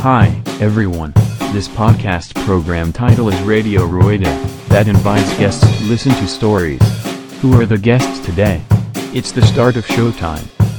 Hi, everyone. This podcast program title is Radio Roida, that invites guests to listen to stories. Who are the guests today? It's the start of showtime.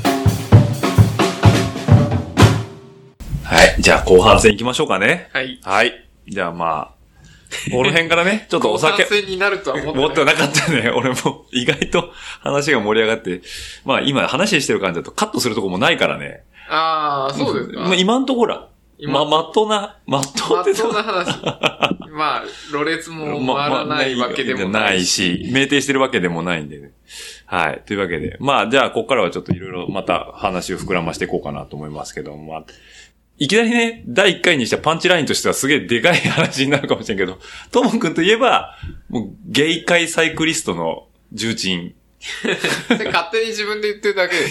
はい。じゃあ後半戦行きましょうかね。 はい。 はい。じゃあまあ、この辺からね、ちょっとお酒。 後半戦になるとは思ってなかったね。俺も意外と話が盛り上がって。まあ今話してる感じだとカットするとこもないからね。 ああ、そうですか。 まあ今んところまっとうな話。まあ、ろれつも回らないわけでもないし、酩酊してるわけでもないんでね。はい。というわけで。まあ、じゃあ、ここからはちょっといろいろまた話を膨らましていこうかなと思いますけど、まあ、いきなりね、第1回にしたパンチラインとしてはすげえでかい話になるかもしれんけど、ともくんといえば、もう、ゲイ界サイクリストの重鎮。 勝手に自分で言ってるだけです。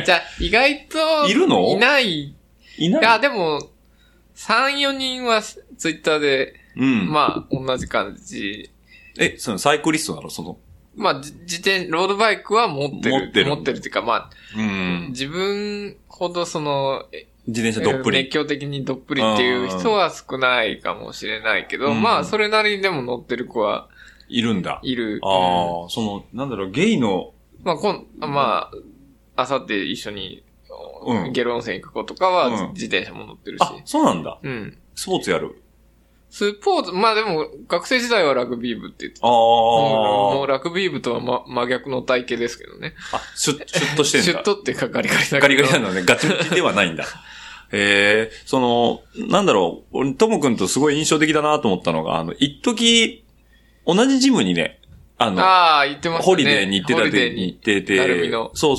じゃあ、意外と、 いるの？ いない。 いない？ いや、でも、3、4人はツイッターで、まあ、同じ感じ。 そのサイクリストなの？ まあ、ロードバイクは持ってるっていうか、まあ、自分ほど自転車どっぷり。 熱狂的にどっぷりっていう人は少ないかもしれないけど、まあ、それなりにでも乗ってる子は、 いるんだ。 いる。 ああ、なんだろう、ゲイの。 まあ、あさって一緒に、ゲロ温泉行く子とかは自転車も乗ってるし。 あ、そうなんだ。 うん。 スポーツやる？ スポーツ、まあでも、学生時代はラグビー部って言ってた。もうラグビー部とは真逆の体型ですけどね。 あ、シュッとしてんだ。 シュッとってかガリガリだけど。 ガリガリなのね。ガチムチではないんだ。なんだろう、俺、ともくんとすごい印象的だなと思ったのが、一時、同じジムにね、 言ってますね。 ホリデーに行ってたで、行ってて、そう。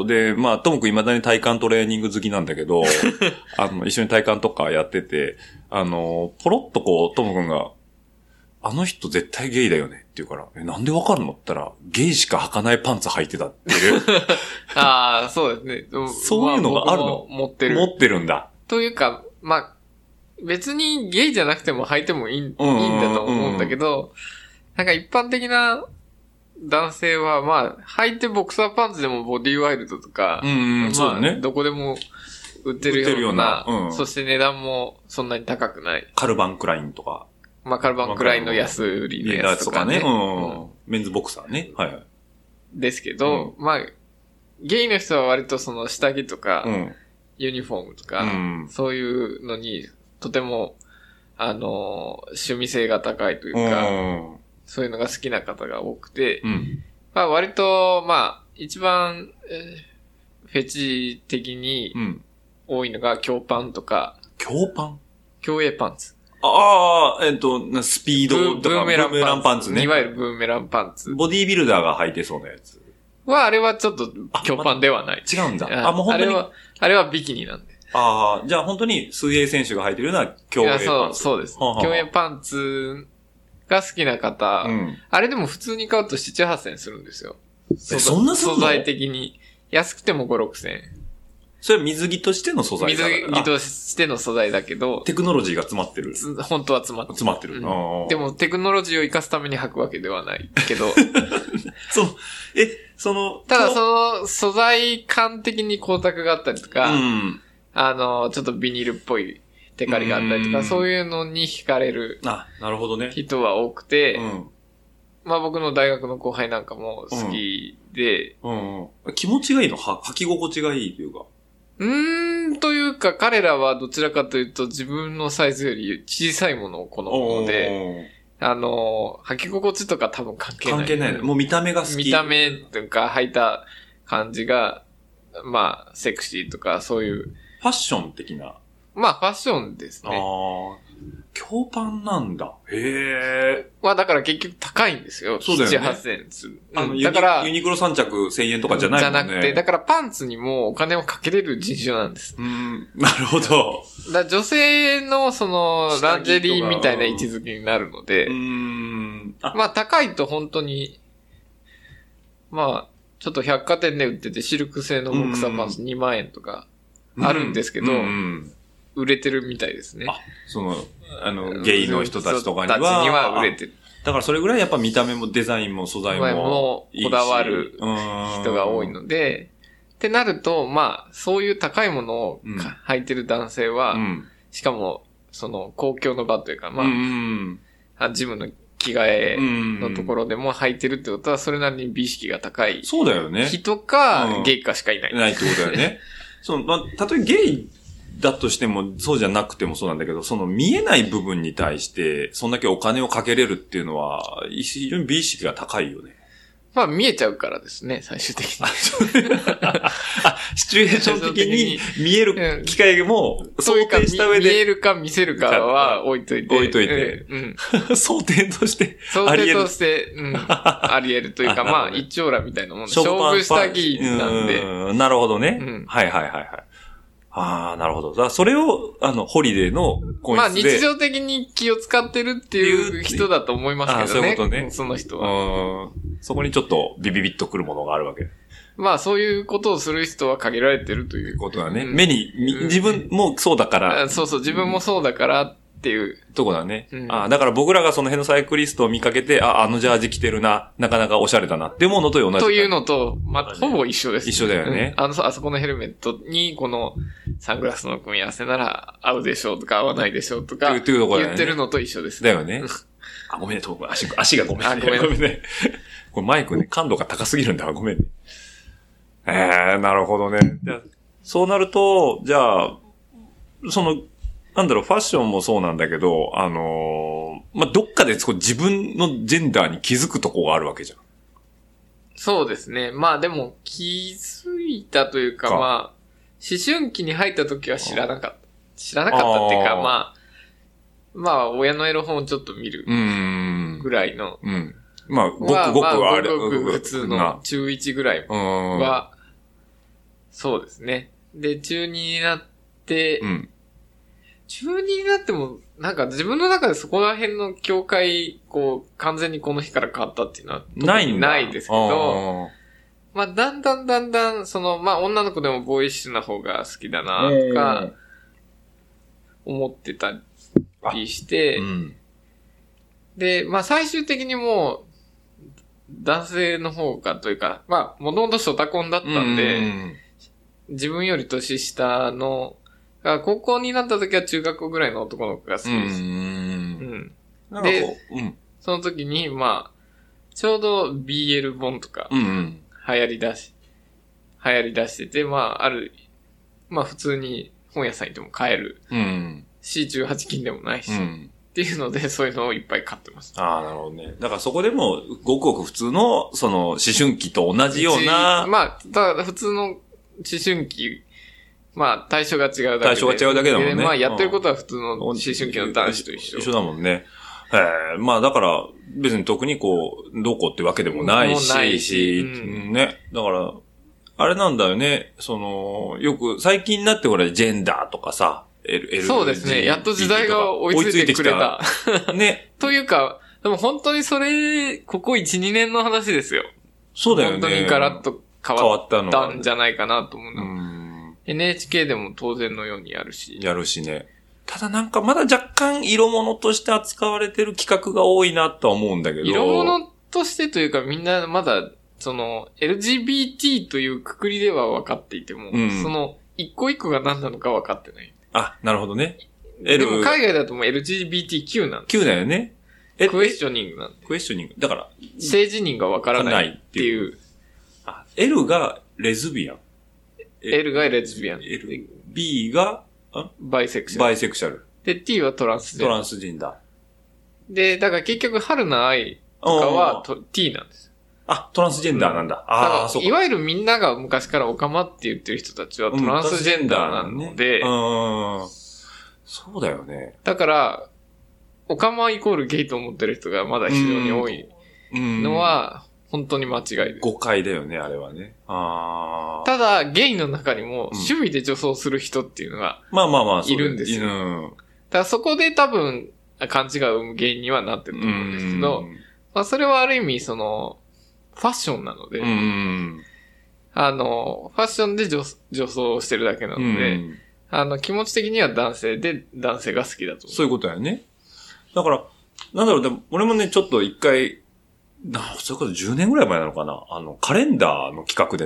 で、まあ、ともくん未だに体幹トレーニング好きなんだけど、一緒に体幹とかやってて、ポロッとこう、ともくんが、あの人絶対ゲイだよねって言うから、なんでわかるのって言ったら、ゲイしか履かないパンツ履いてたっていう。 そうですね。 そういうのがあるの？ 持ってるんだ。というか、まあ、別にゲイじゃなくても履いてもいいんだと思うんだけど、なんか一般的な男性は、まあ、履いてボクサーパンツでもボディワイルドとか、 そうだね。 どこでも売ってるような、そして値段もそんなに高くない。 カルバンクラインとか。 まあ、カルバンクラインの安売りのやつとかね。 メンズボクサーね。はいはい。 ですけど、まあ、ゲイの人は割と下着とか、ユニフォームとか、そういうのに、とても、趣味性が高いというか、そういうのが好きな方が多くて、まあ割と、まあ、一番、フェチ的に多いのが強パンとか。 強パン？ 競泳パンツ。 スピードとかブーメランパンツね。 いわゆるブーメランパンツ。 ボディービルダーが履いてそうなやつ。 あれはちょっと強パンではない。 違うんだ。もう本当に。 あれはビキニなんで。 じゃあ本当に水泳選手が履いてるような競泳パンツ。 そうです。競泳パンツが好きな方、あれでも普通に買うと7、8千するんですよ。 そんなするの？ 素材的に。安くても5、6千。 それは水着としての素材だから。 水着としての素材だけど。 テクノロジーが詰まってる。 本当は詰まってる。でもテクノロジーを活かすために履くわけではないけど。ただ素材感的に光沢があったりとか、ちょっとビニールっぽいテカリがあったりとか、そういうのに惹かれるなるほどね。 人は多くて、まあ僕の大学の後輩なんかも好きで、 気持ちがいいの？履き心地がいいというか。 というか彼らはどちらかというと自分のサイズより小さいものを好むので、履き心地とか多分関係ない。 関係ない。もう見た目が好き。 見た目というか履いた感じが、まあセクシーとかそういう。 ファッション的な。 まあファッションですね。 強パンなんだ。へー。だから結局高いんですよ。 そうだよね。 7、8千する。 だから、ユニクロ3着1000円とかじゃないもんね。 じゃなくて、だからパンツにもお金をかけれる人種なんです。 なるほど。 女性のランジェリーみたいな位置づけになるので、まあ高いと本当に、まあ、ちょっと百貨店で売っててシルク製のボクサーパンツ2万円とかあるんですけど、売れてるみたいですね。 ゲイの人たちとかには。 売れてる。 だからそれぐらいやっぱ見た目もデザインも素材もこだわる人が多いので、ってなると、まあ、そういう高いものを履いてる男性は、 しかも、その公共の場というか、ジムの着替えのところでも履いてるってことは、それなりに美意識が高い。 そうだよね。 人か、ゲイかしかいない。 ないってことだよね。たとえゲイだとしても、そうじゃなくてもそうなんだけど、その見えない部分に対して、そんだけお金をかけれるっていうのは、非常に美意識が高いよね。 まあ見えちゃうからですね、最終的に。 シチュエーション的に見える機会も想定した上で。 見えるか見せるかは置いといて。 置いといて。想定として。 想定として、あり得るというか、まあ一長羅みたいなもんで。勝負下着なんで。 なるほどね。はいはいはいはい。ああ、なるほど。だからそれを、ホリデーのコインで。まあ日常的に気を使ってるっていう人だと思いますけどね。 そういうことね。 その人は。 そこにちょっとビビビッとくるものがあるわけ。 まあそういうことをする人は限られてるということだね。目に、自分もそうだから。 そうそう、自分もそうだからっていう。 とこだね。だから僕らがその辺のサイクリストを見かけて、あのジャージ着てるな、なかなかおしゃれだなって思うのと同じ。 というのと、ほぼ一緒です。 一緒だよね。 あそこのヘルメットにこのサングラスの組み合わせなら合うでしょうとか合わないでしょうとか言ってるのと一緒です。 だよね。ごめんね、足がごめんね。ごめんね。これマイクね、感度が高すぎるんだわ、ごめんね。なるほどね。そうなると、じゃあ、ファッションもそうなんだけど、どっかで自分のジェンダーに気づくとこがあるわけじゃん。 そうですね。まあでも気づいたというか、まあ、思春期に入った時は知らなかった。知らなかったっていうか、まあ、親のエロ本をちょっと見るぐらいの。 まあ、ごく普通の中1ぐらいは、そうですね。で、中2になって、中2になっても、なんか自分の中でそこら辺の境界、完全にこの日から変わったっていうのはないですけど、まあ、だんだん、まあ、女の子でもボーイッシュな方が好きだな、とか、思ってたりして、で、まあ、最終的にもう、男性の方がというか、まあ、もともとショタコンだったんで、自分より年下の、高校になった時は中学校ぐらいの男の子が好きです。で、その時に、まあ、ちょうど BL 本とか、流行り出してて、まあ普通に本屋さん行っても買える。し、18金でもないし。っていうので、そういうのをいっぱい買ってます。 なるほどね。だからそこでも、ごくごく普通の、思春期と同じような。 まあ、ただ普通の思春期、まあ、対象が違うだけで。 対象が違うだけだもんね。 まあ、やってることは普通の思春期の男子と一緒。 一緒だもんね。まあ、だから、別に特にどこってわけでもないし、ね。だから、あれなんだよね。よく、最近になってジェンダーとかさ、 そうですね。やっと時代が追いついてくれた。 ね。 というか、でも本当にここ1、2年の話ですよ。 そうだよね。 本当にガラッと変わったんじゃないかなと思うの。NHK でも当然のようにやるしね。ただなんかまだ若干色物として扱われてる企画が多いなとは思うんだけど。 色物としてというかみんなまだLGBT というくくりでは分かっていても、一個一個が何なのか分かってない。 なるほどね。 でも海外だともう LGBTQ なんです。 Q だよね。 クエスチョニングなんで。 クエスチョニング。だから。 性自認が分からないっていう。 L がレズビアン。 L がレズビアン。 B が、 バイセクシャル。で、T はトランスジェンダー。 トランスジェンダー。で、だから結局、春菜愛とかはT なんです。 トランスジェンダーなんだ。 そうか。いわゆるみんなが昔からオカマって言ってる人たちはトランスジェンダーなので、 そうだよね。 だから、オカマイコールゲイと思ってる人がまだ非常に多いのは、本当に間違いです。 誤解だよね、あれはね。 ただ、ゲイの中にも、趣味で女装する人っていうのが、いるんですよ。だからそこで多分、勘違いを生む原因にはなってると思うんですけど、まあそれはある意味、ファッションなので、ファッションで女装をしてるだけなので、気持ち的には男性で男性が好きだと思う。 そういうことだよね。だから、なんだろう、でも俺もね、ちょっと一回、それこそ10年ぐらい前なのかな。カレンダーの企画でね、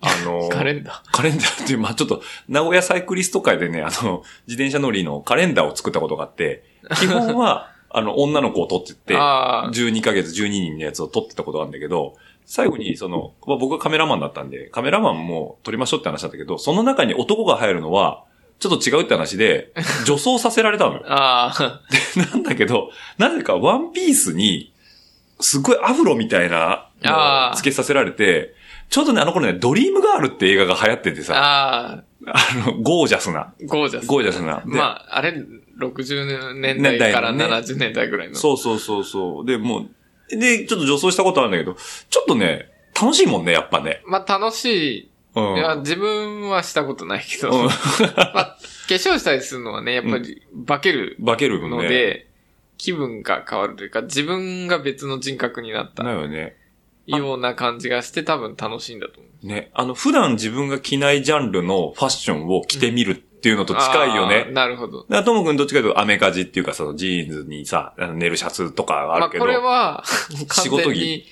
カレンダーっていう、まあちょっと、名古屋サイクリスト界でね、自転車乗りのカレンダーを作ったことがあって、基本は、女の子を撮ってって、12ヶ月12人のやつを撮ってたことがあるんだけど、最後に、僕がカメラマンだったんで、カメラマンも撮りましょうって話だったけど、その中に男が入るのは、ちょっと違うって話で、女装させられたのよ。で、なんだけど、なぜかワンピースに、すごいアフロみたいな、つけさせられて、ちょうどね、頃ね、ドリームガールって映画が流行っててさ、ゴージャスな。 ゴージャスな。まあ、あれ、60年代から70年代ぐらいの。 そう。で、もう、で、ちょっと女装したことあるんだけど、ちょっとね、楽しいもんね、やっぱね。 まあ、楽しい。いや、自分はしたことないけど、まあ、化粧したりするのはね、やっぱり化けるので、気分が変わるというか、自分が別の人格になった。 だよね。 ような感じがして多分楽しいんだと思う。 ね。普段自分が着ないジャンルのファッションを着てみるっていうのと近いよね。 なるほど。 ともくんどっちかというとアメカジっていうかそのジーンズにさ、寝るシャツとかがあるけど。 まあこれは、完全に、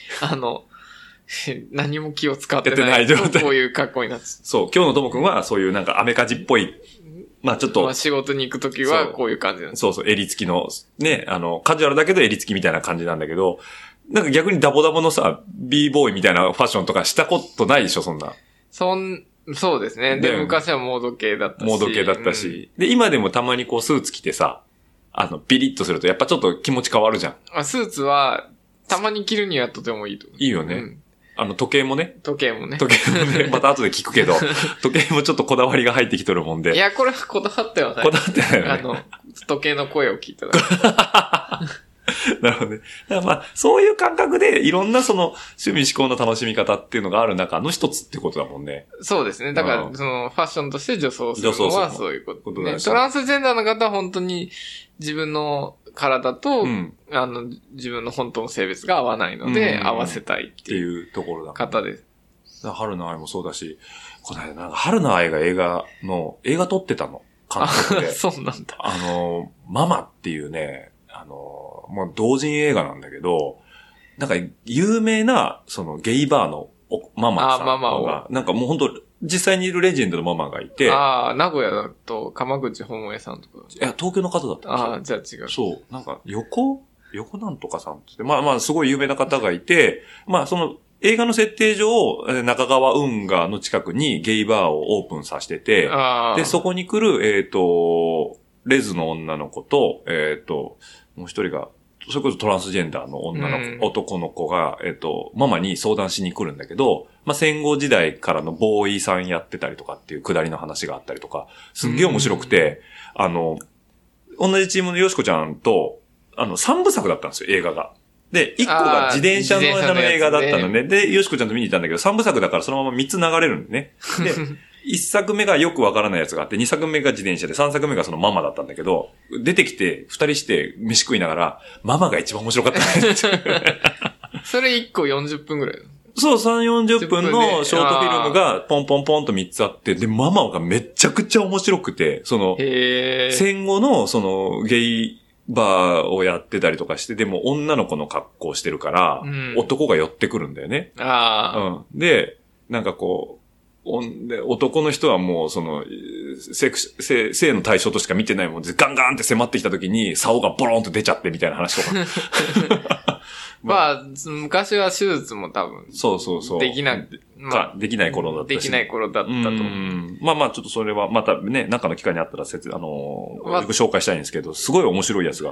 何も気を使ってない状態。こういう格好になって。 そう、今日のともくんはそういうなんかアメカジっぽい、まあちょっと。まあ仕事に行くときはこういう感じなんです。 そう、襟付きの、ね、カジュアルだけど襟付きみたいな感じなんだけど、なんか逆にダボダボのさ、b ボーイみたいなファッションとかしたことないでしょ、そんな。 そうですね。で、昔はモード系だったし。で、今でもたまにこうスーツ着てさ、ビリッとするとやっぱちょっと気持ち変わるじゃん。スーツは、たまに着るにはとてもいいと思う。 いいよね。時計もね。また後で聞くけど、時計もちょっとこだわりが入ってきとるもんで。 いや、これはこだわってはない。 こだわってないよね。 時計の声を聞いただけ。 なるほどね。だからまあ、そういう感覚でいろんなその趣味思考の楽しみ方っていうのがある中の一つってことだもんね。 そうですね。だから、ファッションとして女装するのはそういうことね。トランスジェンダーの方は本当に自分の体と、自分の本当の性別が合わないので、合わせたいっていうところだ方です。 春の愛もそうだし、この間なんか春の愛が映画撮ってたの。監督で。 そうなんだ。 ママっていうね、もう同人映画なんだけど、なんか有名な、そのゲイバーのママさんが、なんかもう本当実際にいるレジェンドのママがいて。 名古屋だと鎌口本江さんとか。 いや、東京の方だったんですよ。じゃあ違う。 そう。なんか横なんとかさんって。まあすごい有名な方がいて、まあその映画の設定上、中川運河の近くにゲイバーをオープンさせてて、で、そこに来る、レズの女の子と、もう一人が、それこそトランスジェンダーの男の子が、ママに相談しに来るんだけど、まあ、戦後時代からのボーイさんやってたりとかっていうくだりの話があったりとか、すっげえ面白くて、同じチームのよしこちゃんと、3部作だったんですよ、映画が。で、1個が自転車の映画だったのね。で、よしこちゃんと見に行ったんだけど、3部作だからそのまま3つ流れるんでね。で、1作目がよくわからないやつがあって、2作目が自転車で、3作目がそのママだったんだけど、出てきて、2人して飯食いながら、ママが一番面白かったね。 それ1個40分ぐらい。 そう、3、40分のショートフィルムがポンポンポンと3つあって、で、ママがめちゃくちゃ面白くて、戦後のそのゲイバーをやってたりとかして、でも女の子の格好してるから、男が寄ってくるんだよね。で、なんかこう、男の人はもうその、性の対象としか見てないもんで、ガンガンって迫ってきた時に、竿がボロンと出ちゃってみたいな話とか。 まあ、昔は手術も多分。 そう。 できない。 できない頃だったし。 できない頃だったと思う。 まあ、ちょっとそれはまたね、中の機会にあったら紹介したいんですけど、すごい面白いやつがあって。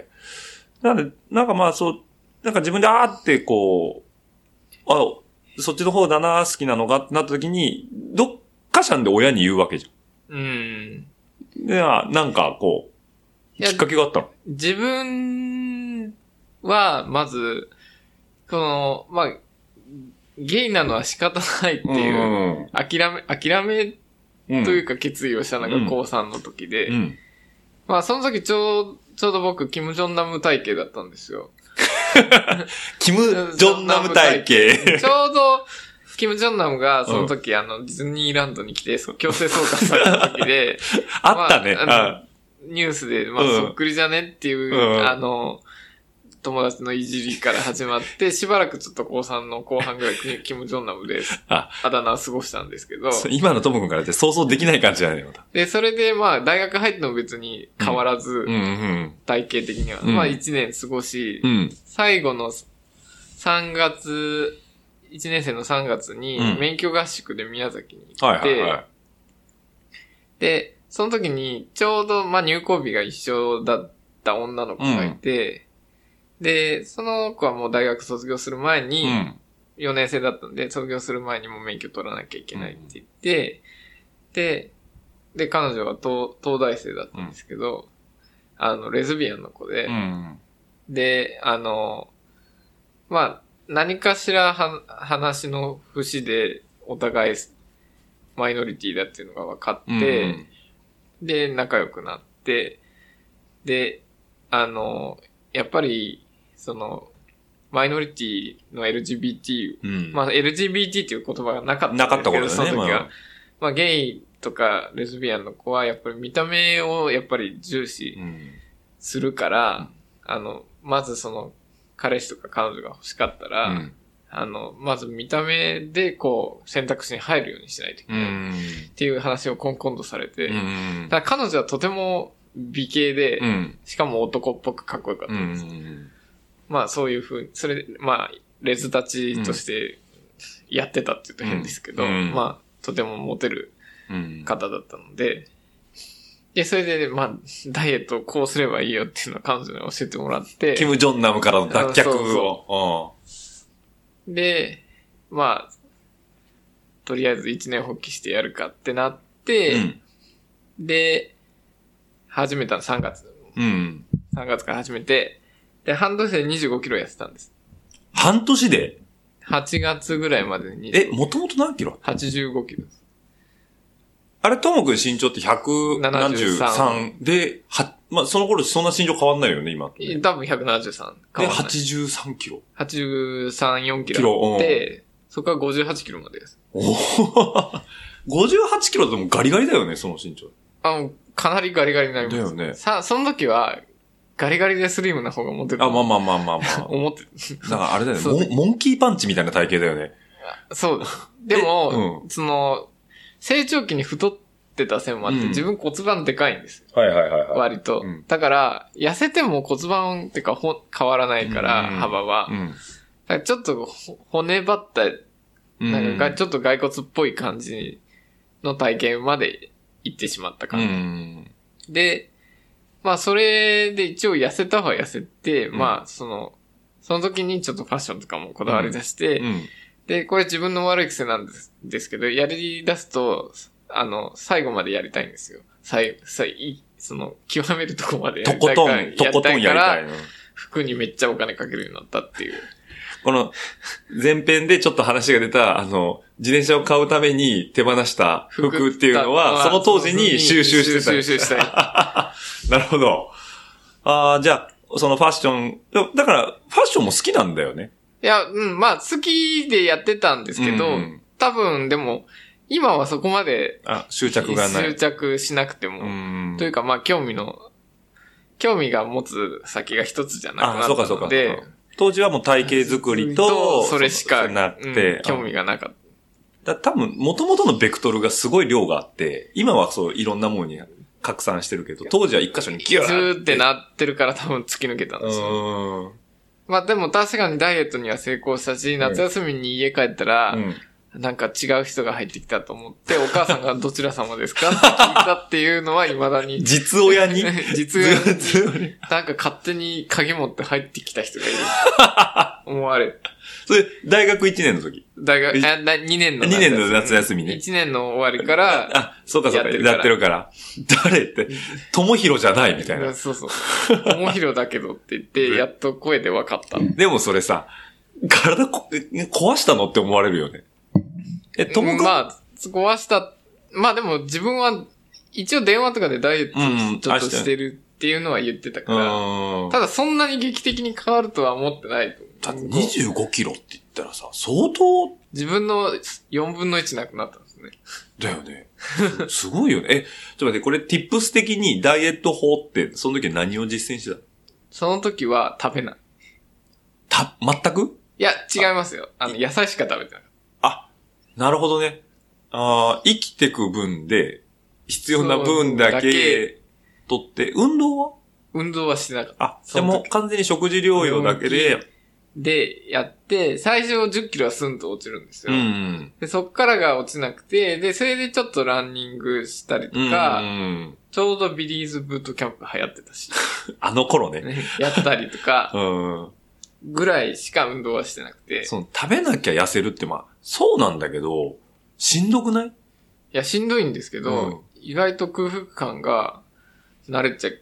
なんかまあなんか自分でってこう、そっちの方だな、好きなのがってなった時に、どっかしゃんで親に言うわけじゃん。で、なんかこう、きっかけがあったの。 自分は、まず、まあ、ゲイなのは仕方ないっていう、諦めというか決意をしたのが高3の時で、まあ、その時ちょうど僕、キム・ジョンナム体型だったんですよ。 キム・ジョンナム体型。 ちょうど、キム・ジョンナムがその時、ディズニーランドに来て強制送還された時で、 あったね。 ニュースで、そっくりじゃねっていう、 友達のいじりから始まって、しばらくちょっと高3の後半ぐらいキム・ジョンナムで、あだ名を過ごしたんですけど。 今のトム君からって想像できない感じじゃないの？ で、それでまあ、大学入っても別に変わらず、体型的には、まあ1年過ごし、最後の3月、1年生の3月に免許合宿で宮崎に行って、で、その時にちょうどまあ入校日が一緒だった女の子がいて、で、その子はもう大学卒業する前に、4年生だったんで、卒業する前にもう免許取らなきゃいけないって言って、で、彼女は東大生だったんですけど、レズビアンの子で、で、まあ、何かしら話の節でお互いマイノリティだっていうのが分かって、で、仲良くなって、で、やっぱり、マイノリティの LGBT、まあ LGBT っていう言葉がなかったんですけど、 なかったことですね、 その時は。まあゲイとかレズビアンの子はやっぱり見た目をやっぱり重視するから、まず彼氏とか彼女が欲しかったら、まず見た目でこう選択肢に入るようにしないといけないっていう話をコンコンとされて、だから彼女はとても美形で、しかも男っぽくかっこよかったんです。まあそういう風に、それで、まあレズたちとしてやってたって言うと変ですけど、まあとてもモテる方だったので、で、それで、まあ、ダイエットをこうすればいいよっていうのを彼女に教えてもらって。 キム・ジョンナムからの脱却を。 で、まあ、とりあえず一年発起してやるかってなって、で、始めたの3月。3月から始めて、で、半年で25キロ痩せたんです。 半年で ?8 月ぐらいまでに。 もともと何キロ ?85 キロです。 あれ、ともくん身長って173で、まあ、その頃そんな身長変わんないよね、今。 多分173。 で、83キロ。 83、4キロあって、そこから58キロまでです。 58キロでもガリガリだよね、その身長。 かなりガリガリになります。 だよね。 その時は、ガリガリでスリムな方がモテた。 まあ。 思ってだからあれだよね。モンキーパンチみたいな体型だよね。 そうです。でも、成長期に太ってた線もあって、自分骨盤でかいんですよ。割と。だから、痩せても骨盤ってか変わらないから、幅は。だからちょっと骨張った、なんかちょっと骸骨っぽい感じの体型まで行ってしまった感じ。で、まあそれで一応痩せたは痩せて、まあその時にちょっとファッションとかもこだわり出して、で、これ自分の悪い癖なんですけど、やり出すと、最後までやりたいんですよ。極めるとこまでやりたいから。とことんやりたい。服にめっちゃお金かけるようになったっていう。 この、前編でちょっな話が出た、自転車を買うために手放した服っていうのは、その当時に収集してた。収集したい。なるほど。じゃあ、そのファッション、だから、ファッションも好きなんだよね。 いや、まあ、好きでやってたんですけど、多分、でも、今はそこまで、 執着がない。 執着しなくても、というか、まあ、興味が持つ先が一つじゃなくなったので、 当時はもう体型作りと、 それしかなくて、 興味がなかった。 多分、元々のベクトルがすごい量があって、今はそういろんなものに拡散してるけど、当時は一箇所にギューってなってるから多分突き抜けたんですよ。まあでも確かにダイエットには成功したし、夏休みに家帰ったら、なんか違う人が入ってきたと思って、お母さんがどちら様ですかって聞いたっていうのは未だに。 実親に実親に。なんか勝手に鍵持って入ってきた人がいる。思われる。 それ、大学1年の時 2年の夏休みね。 1年の終わりから。 そうか、やってるから。誰って、ともひろじゃないみたいな。 そうそう。ともひろだけどって言って、やっと声で分かった。 でもそれさ、体壊したのって思われるよね。ともくんまあ、壊した。まあでも自分は、一応電話とかでダイエットちょっとしてるっていうのは言ってたから、ただそんなに劇的に変わるとは思ってないと思う。 だって25キロって言ったらさ、相当。 自分の4分の1なくなったんですね。 だよね。すごいよね。ちょっと待って、これ tips 的にダイエット法って、その時何を実践してた？ その時は食べない。 全く？ いや、違いますよ。野菜しか食べてない。 あ、なるほどね。生きてく分で、必要な分だけ取って、運動はしてなかった。 あ、でも完全に食事療養だけで、やって、最初10キロはスンと落ちるんですよ。 うん。 で、そっからが落ちなくて、で、それでちょっとランニングしたりとか、ちょうどビリーズブートキャンプ流行ってたし。 あの頃ね。 やったりとか、ぐらいしか運動はしてなくて。 食べなきゃ痩せるってそうなんだけど、しんどくない？いや、しんどいんですけど、意外と空腹感が慣れちゃうんですよね。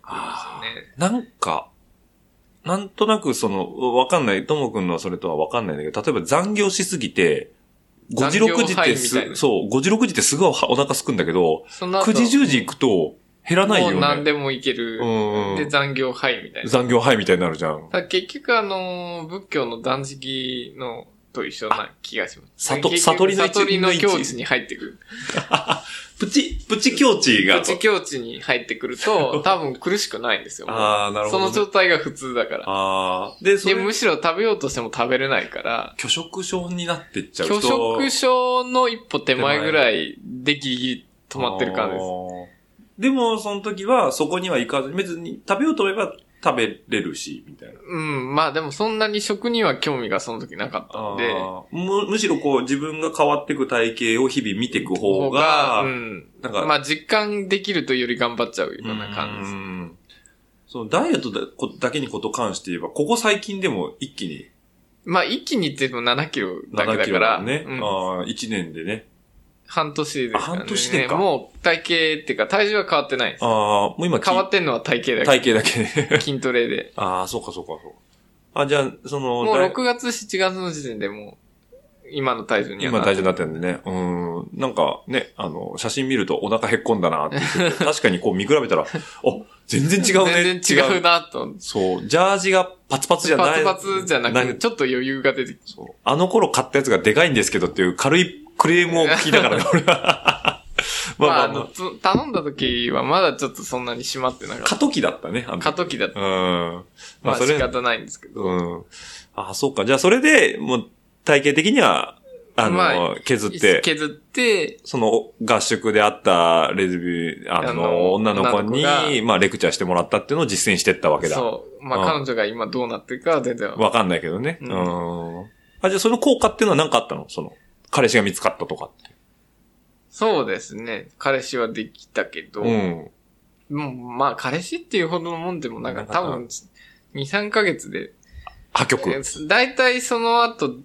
なんとなくわかんない、ともくんのそれとはわかんないんだけど、例えば残業しすぎて、5時6時ってそう、5時6時ってすごいお腹すくんだけど、9時10時行くと減らないよね。 もう何でもいける。で、残業はいみたいな。 残業はいみたいになるじゃん。 結局仏教の断食のと一緒な気がします。 悟りの境地に入ってくる。 プチ境地が。 プチ境地に入ってくると、多分苦しくないんですよ。 なるほど、 その状態が普通だから。で、むしろ食べようとしても食べれないから。 拒食症になってっちゃうと。 拒食症の一歩手前ぐらいでギリギリ止まってる感じです。 でも、その時はそこには行かずに、別に食べようと思えば食べれるし、みたいな。 でもそんなに食には興味がその時なかったので。 むしろ自分が変わっていく体型を日々見ていく方が、 実感できるというより頑張っちゃうような感じです。 ダイエットだけにこと関して言えば、ここ最近でも一気に。 一気にって言っても7キロだけだから。 ね。1年でね。 半年ですからね。 半年でか。 もう体型っていうか体重は変わってないです。 もう今変わってんのは体型だけ。 体型だけ。 筋トレで。 そうか。じゃあ、 もう6月、7月の時点でもう、今の体重にはなって。今体重になってるんでね。なんかね、写真見るとお腹へっこんだなって言って。確かに見比べたら、全然違うね。 全然違うなと。 そう。ジャージがパツパツじゃない。 パツパツじゃなくて、ちょっと余裕が出てきて。 あの頃買ったやつがでかいんですけどっていう軽いクレームを聞いたからね、俺は。 頼んだ時はまだちょっとそんなに閉まってなかった。 過渡期だったね。 過渡期だった。仕方ないんですけど。 そうか。じゃあそれで、もう体型的には、削って、その合宿であったレズビ女の子に、レクチャーしてもらったっていうのを実践してったわけだ。 そう。彼女が今どうなってるかは全然わかんないけどね。じゃあその効果っていうのは何かあったの？彼氏が見つかったとかって。 そうですね。彼氏はできたけど、もう彼氏っていうほどのもんでも多分2、3ヶ月で。 破局。 だいたいその後、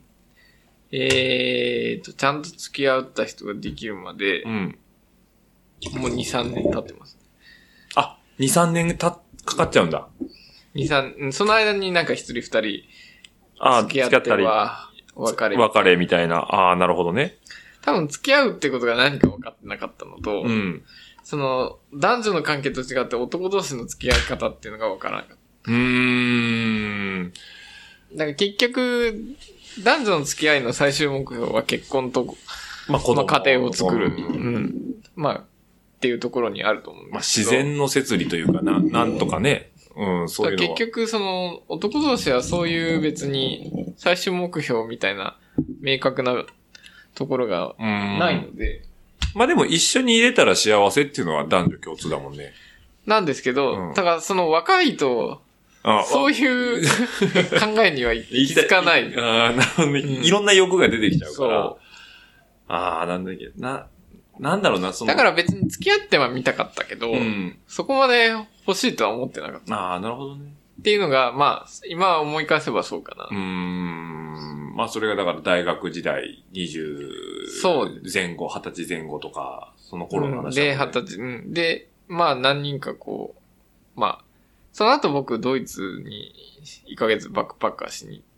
ちゃんと付き合った人ができるまで、もう2、3年経ってます。 2、3年かかっちゃうんだ。 その間に一人二人、付き合ったり。 別れみたいな。なるほどね。 多分付き合うってことが何か分かってなかったのと、男女の関係と違って男同士の付き合い方っていうのが分からなかった。だから結局、男女の付き合いの最終目標は結婚と、家庭を作る。っていうところにあると思うんですけど。 自然の摂理というかなんとかね。そういうのは。 結局男同士はそういう別に最終目標みたいな明確なところがないので。 でも一緒に入れたら幸せっていうのは男女共通だもんね。 なんですけど、だから若いと、そういう考えには行き着かない。 なるほどね。いろんな欲が出てきちゃうから。なんだっけ。なんだろうな、 だから別に付き合っては見たかったけど、そこまで欲しいとは思ってなかった。 なるほどね。 っていうのが、今思い返せばそうかな。 それがだから大学時代、20前後、20歳前後とか、その頃の話、 で、20歳、で、何人かその後僕ドイツに1ヶ月バックパッカーしに行って、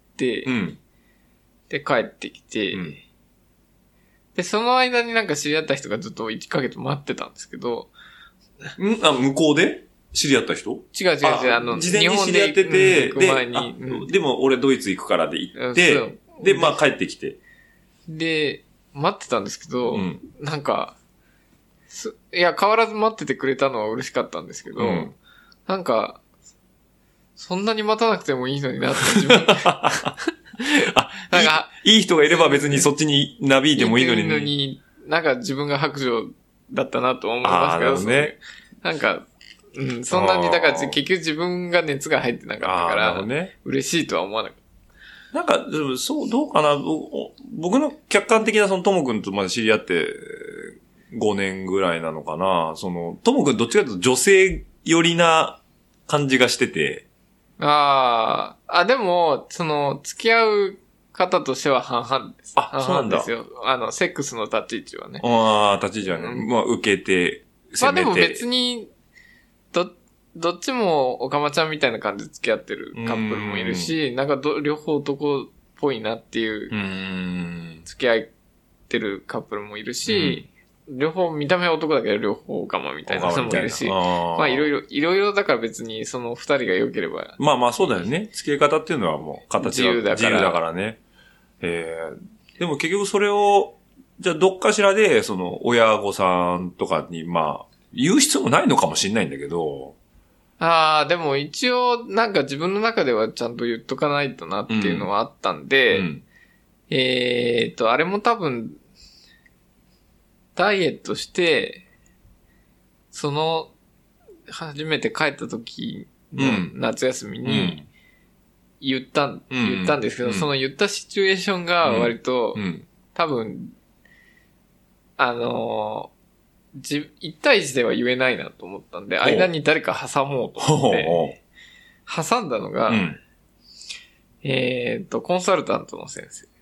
で、帰ってきて、で、その間に知り合った人がずっと1ヶ月待ってたんですけど。 向こうで知り合った人？ 違う。事前に知り合ってて、でも俺ドイツ行くからで行って、で、帰ってきて。 で、待ってたんですけど、変わらず待っててくれたのは嬉しかったんですけど、 そんなに待たなくてもいいのになって自分。 なんかいい人がいれば別にそっちになびいてもいいのに。 いいのに、なんか自分が白状だったなと思いますけど、 ね、 なんか、そんなに、だから結局自分が熱が入ってなかったから、嬉しいとは思わなかった。 なんか、そう、どうかな、僕の客観的なそのともくんとまで知り合って5年ぐらいなのかな。ともくんどっちかというと女性寄りな感じがしてて。 でも、付き合う方としては半々です。 そうなんだ。 ですよ。セックスの立ち位置はね。 立ち位置はね。まあ、受けて、攻めて。 でも別に、どっちもおかまちゃんみたいな感じで付き合ってるカップルもいるし、なんか両方男っぽいなっていう、付き合ってるカップルもいるし、両方見た目は男だけど両方おかまみたいな人もいるし、まあいろいろだから別にその二人が良ければ。 まあそうだよね。付き合い方っていうのはもう形は自由だからね。でも結局それを、じゃあどっかしらで、親御さんとかにまあ、言う必要もないのかもしれないんだけど、 でも一応なんか自分の中ではちゃんと言っとかないとなっていうのはあったんで、あれも多分、ダイエットして、初めて帰った時の夏休みに言ったんですけど、その言ったシチュエーションが割と、多分、1対1では言えないなと思ったんで、間に誰か挟もうと思って、挟んだのが、コンサルタントの先生。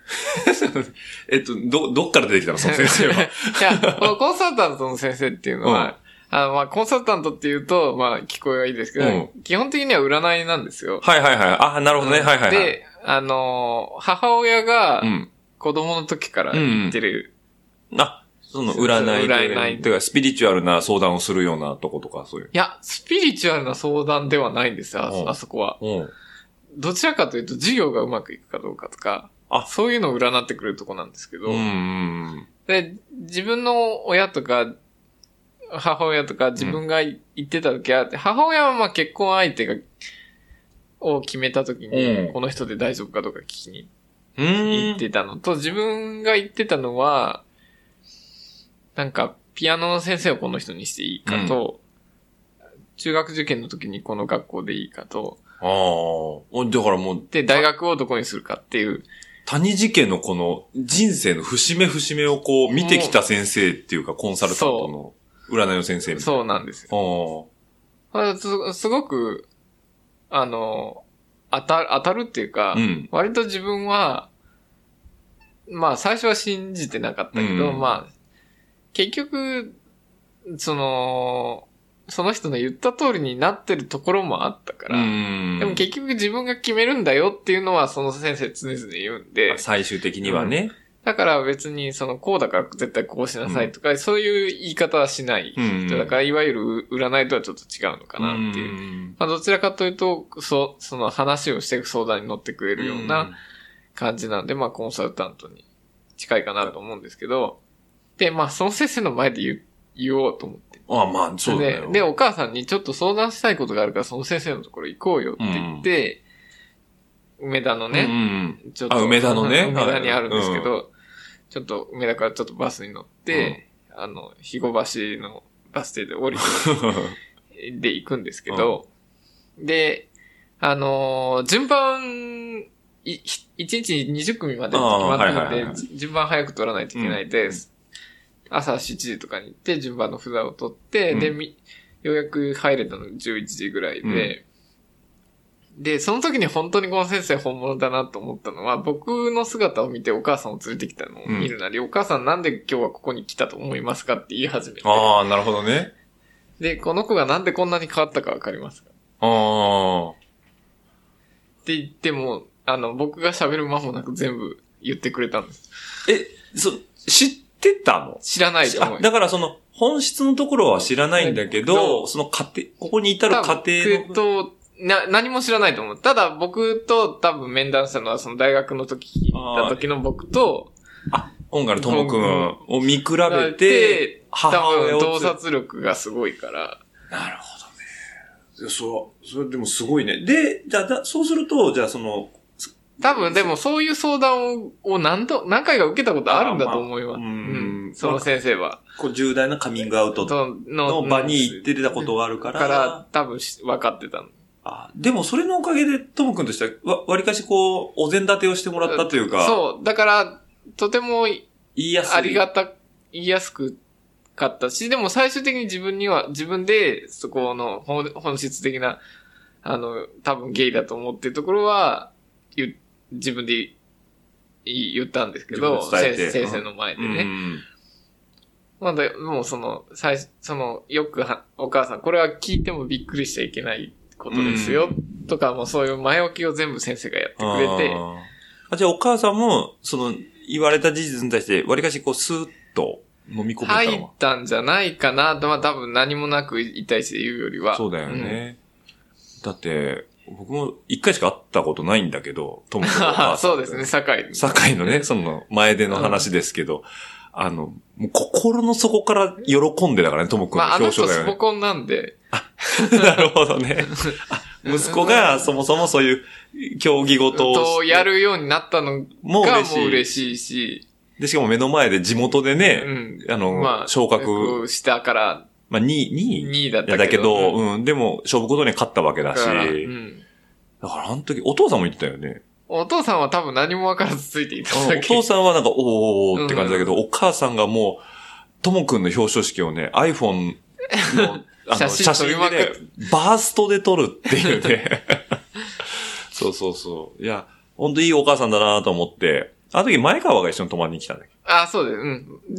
どっから出てきたのその先生は。 いや、このコンサルタントの先生っていうのは、まあ、コンサルタントっていうと、まあ、聞こえはいいですけど、基本的には占いなんですよ。 はいはいはい。なるほどね。はいはいはい。 で、母親が、子供の時から言ってる。 その占い。てか、スピリチュアルな相談をするようなとことか、そういう。 いや、スピリチュアルな相談ではないんですよ、あそこは。どちらかというと、授業がうまくいくかどうかとか、そういうのを占ってくるとこなんですけど、で、自分の親とか、母親とか自分が言ってた時は、母親はまあ結婚相手を決めた時に、この人で大丈夫かどうか聞きに行ってたのと、自分が言ってたのは、なんか、ピアノの先生をこの人にしていいかと、中学受験の時にこの学校でいいかと、 だからもう。 で、大学をどこにするかっていう。 谷事件のこの人生の節目節目をこう見てきた先生っていうか、コンサルタントの占いの先生みたいな。 そうなんですよ。すごく、当たるっていうか、割と自分は、まあ最初は信じてなかったけど、まあ、結局、その人の言った通りになってるところもあったから、でも結局自分が決めるんだよっていうのはその先生常々言うんで、 最終的にはね。 だから別にこうだから絶対こうしなさいとか、そういう言い方はしない人だから、いわゆる占いとはちょっと違うのかなっていう。まあどちらかというと、その話をしていく相談に乗ってくれるような感じなんで、まあコンサルタントに近いかなと思うんですけど、で、まあその先生の前で言おうと思って。 まあ、そうだよ。 で、お母さんにちょっと相談したいことがあるから、その先生のところ行こうよって言って、梅田のね、ちょっと。 梅田のね。 梅田にあるんですけど、ちょっと梅田からちょっとバスに乗って、肥後橋のバス停で降りて、で行くんですけど、で、順番、1日に20組まで決まってるんで、順番早く取らないといけないです。朝7時とかに行って順番の札を取って、で、ようやく入れたの11時ぐらいで、で、その時に本当にこの先生本物だなと思ったのは、僕の姿を見てお母さんを連れてきたのを見るなり、お母さんなんで今日はここに来たと思いますかって言い始めて。 なるほどね。 で、この子がなんでこんなに変わったかわかりますか？って言っても、僕が喋る間もなく全部言ってくれたんです。 知ってたの？ 知らないと思う。 だから本質のところは知らないんだけど、その過程、ここに至る過程の。 何も知らないと思う。ただ僕と多分面談したのはその大学の時行った時の僕と、 本からともくんを見比べて、 多分洞察力がすごいから。 なるほどね。 それでもすごいね。で、じゃあ、そうすると、じゃあ多分でもそういう相談を何回か受けたことあるんだと思います。その先生は。 重大なカミングアウトの場に行ってたことがあるから。 多分分かってたの。 でもそれのおかげでトム君としては、わりかしお膳立てをしてもらったというか。 そう。だから、とても言いやすくかったし、でも最終的に自分でそこの本質的な、多分ゲイだと思ってるところは、自分で言ったんですけど、先生の前でね。まだ、もうよくお母さん、これは聞いてもびっくりしちゃいけないことですよ、とか、もうそういう前置きを全部先生がやってくれて。 じゃあお母さんも、言われた事実に対して、わりかしスーッと飲み込めたのは入ったんじゃないかなとは多分何もなく一対一で言うよりは。 そうだよね。だって、僕も一回しか会ったことないんだけど、トムとお母さん。 そうですね、堺のね、前での話ですけど、もう心の底から喜んでたからね、トム君の表彰だよね。 スポコンなんで。 なるほどね。息子がそもそもそういう競技事をやるようになったのがもう嬉しいし。 で、しかも目の前で地元でね、昇格したから、 2位だったけど。 だけど、でも勝負事に勝ったわけだし。だからあの時、お父さんも言ってたよね。 お父さんは多分何もわからずついていただけ。お父さんはなんか、おーって感じだけど、お母さんがもう、ともくんの表彰式をね、iPhone の写真でね、バーストで撮るっていうね。そう。いや、ほんといいお母さんだなと思って、あの時前川が一緒に泊まりに来たんだけど。そうです。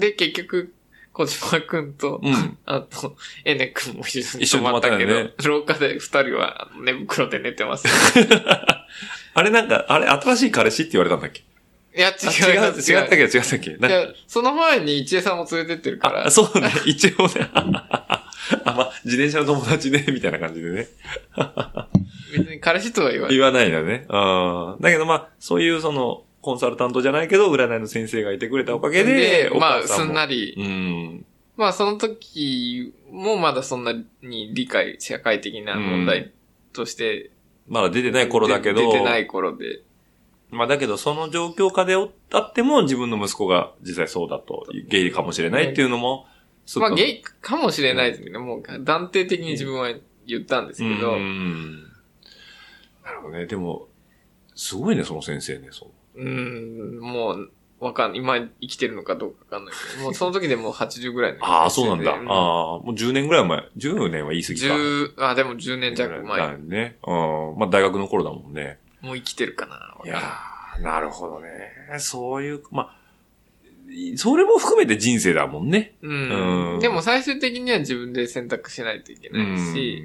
で、結局、小島くんと、あと、エネくんも一緒に泊まったけど、ね、廊下で二人は寝袋で寝てます。 あれ新しい彼氏って言われたんだっけ？ いや、違ったっけいや、その前に一江さんも連れてってるから。 そうね、一応ね。自転車の友達ね、みたいな感じでね。 別に彼氏とは言わないんだね。だけどそういうコンサルタントじゃないけど、占いの先生がいてくれたおかげで、 すんなり。その時もまだそんなに社会的な問題として、 まだ出てない頃だけど。 出てない頃で。 だけどその状況下であっても自分の息子が実際そうだと、ゲイかもしれないっていうのも、 ゲイかもしれないですけど、もう断定的に自分は言ったんですけど。 なるほどね。でも、すごいね、その先生ね、 もう、今生きてるのかどうかわかんないけど、もうその時でもう80ぐらいの。そうなんだ。もう10年ぐらい前。10年は言い過ぎか。 でも10年弱前。 だね。大学の頃だもんね。 もう生きてるかな。 いやー、なるほどね。そういう、それも含めて人生だもんね。 でも最終的には自分で選択しないといけないし、